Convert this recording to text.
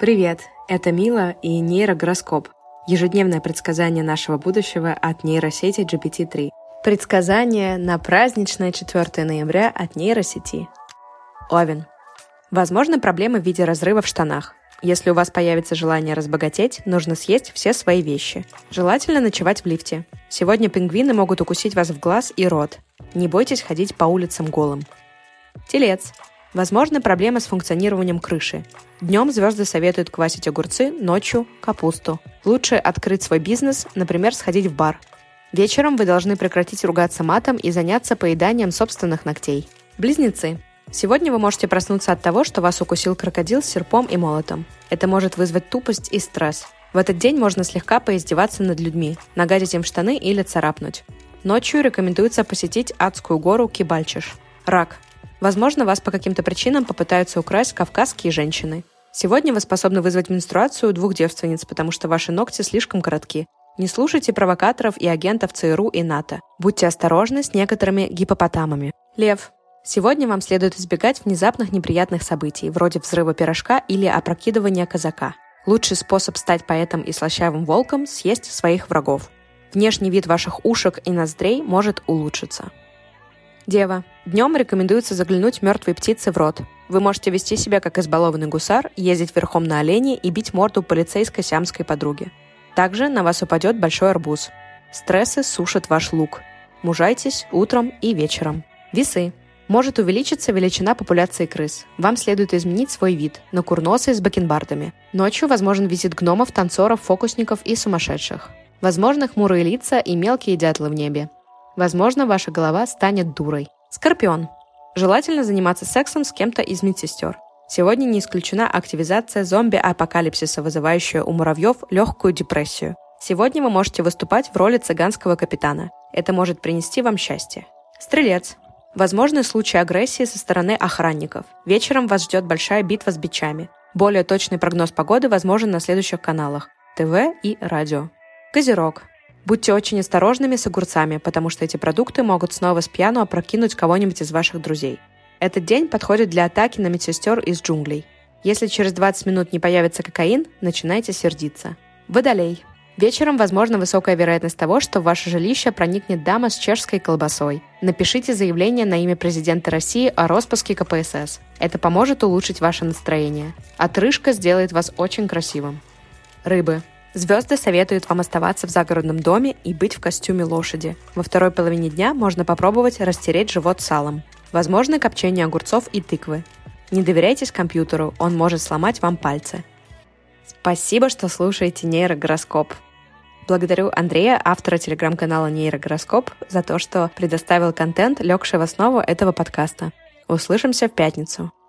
Привет, это Мила и нейрогороскоп. Ежедневное предсказание нашего будущего от нейросети GPT-3. Предсказание на праздничное 4 ноября от нейросети. Овен. Возможны проблемы в виде разрыва в штанах. Если у вас появится желание разбогатеть, нужно съесть все свои вещи. Желательно ночевать в лифте. Сегодня пингвины могут укусить вас в глаз и рот. Не бойтесь ходить по улицам голым. Телец. Возможны проблемы с функционированием крыши. Днем звезды советуют квасить огурцы, ночью – капусту. Лучше открыть свой бизнес, например, сходить в бар. Вечером вы должны прекратить ругаться матом и заняться поеданием собственных ногтей. Близнецы. Сегодня вы можете проснуться от того, что вас укусил крокодил с серпом и молотом. Это может вызвать тупость и стресс. В этот день можно слегка поиздеваться над людьми, нагадить им в штаны или царапнуть. Ночью рекомендуется посетить адскую гору Кибальчиш. Рак. Возможно, вас по каким-то причинам попытаются украсть кавказские женщины. Сегодня вы способны вызвать менструацию у 2 девственниц, потому что ваши ногти слишком коротки. Не слушайте провокаторов и агентов ЦРУ и НАТО. Будьте осторожны с некоторыми гипопотамами. Лев. Сегодня вам следует избегать внезапных неприятных событий, вроде взрыва пирожка или опрокидывания казака. Лучший способ стать поэтом и слащавым волком – съесть своих врагов. Внешний вид ваших ушек и ноздрей может улучшиться. Дева. Днем рекомендуется заглянуть мертвой птице в рот. Вы можете вести себя как избалованный гусар, ездить верхом на олене и бить морду полицейской сиамской подруге. Также на вас упадет большой арбуз. Стрессы сушат ваш лук. Мужайтесь утром и вечером. Весы. Может увеличиться величина популяции крыс. Вам следует изменить свой вид на курносый с бакенбардами. Ночью возможен визит гномов, танцоров, фокусников и сумасшедших. Возможны хмурые лица и мелкие дятлы в небе. Возможно, ваша голова станет дурой. Скорпион. Желательно заниматься сексом с кем-то из медсестер. Сегодня не исключена активизация зомби-апокалипсиса, вызывающая у муравьев легкую депрессию. Сегодня вы можете выступать в роли цыганского капитана. Это может принести вам счастье. Стрелец. Возможны случаи агрессии со стороны охранников. Вечером вас ждет большая битва с бичами. Более точный прогноз погоды возможен на следующих каналах – ТВ и радио. Козерог. Будьте очень осторожными с огурцами, потому что эти продукты могут снова с пьяну опрокинуть кого-нибудь из ваших друзей. Этот день подходит для атаки на медсестер из джунглей. Если через 20 минут не появится кокаин, начинайте сердиться. Водолей. Вечером возможна высокая вероятность того, что в ваше жилище проникнет дама с чешской колбасой. Напишите заявление на имя президента России о роспуске КПСС. Это поможет улучшить ваше настроение. Отрыжка сделает вас очень красивым. Рыбы. Звезды советуют вам оставаться в загородном доме и быть в костюме лошади. Во второй половине дня можно попробовать растереть живот салом. Возможно копчение огурцов и тыквы. Не доверяйтесь компьютеру, он может сломать вам пальцы. Спасибо, что слушаете нейрогороскоп. Благодарю Андрея, автора телеграм-канала Нейрогороскоп, за то, что предоставил контент, легший в основу этого подкаста. Услышимся в пятницу.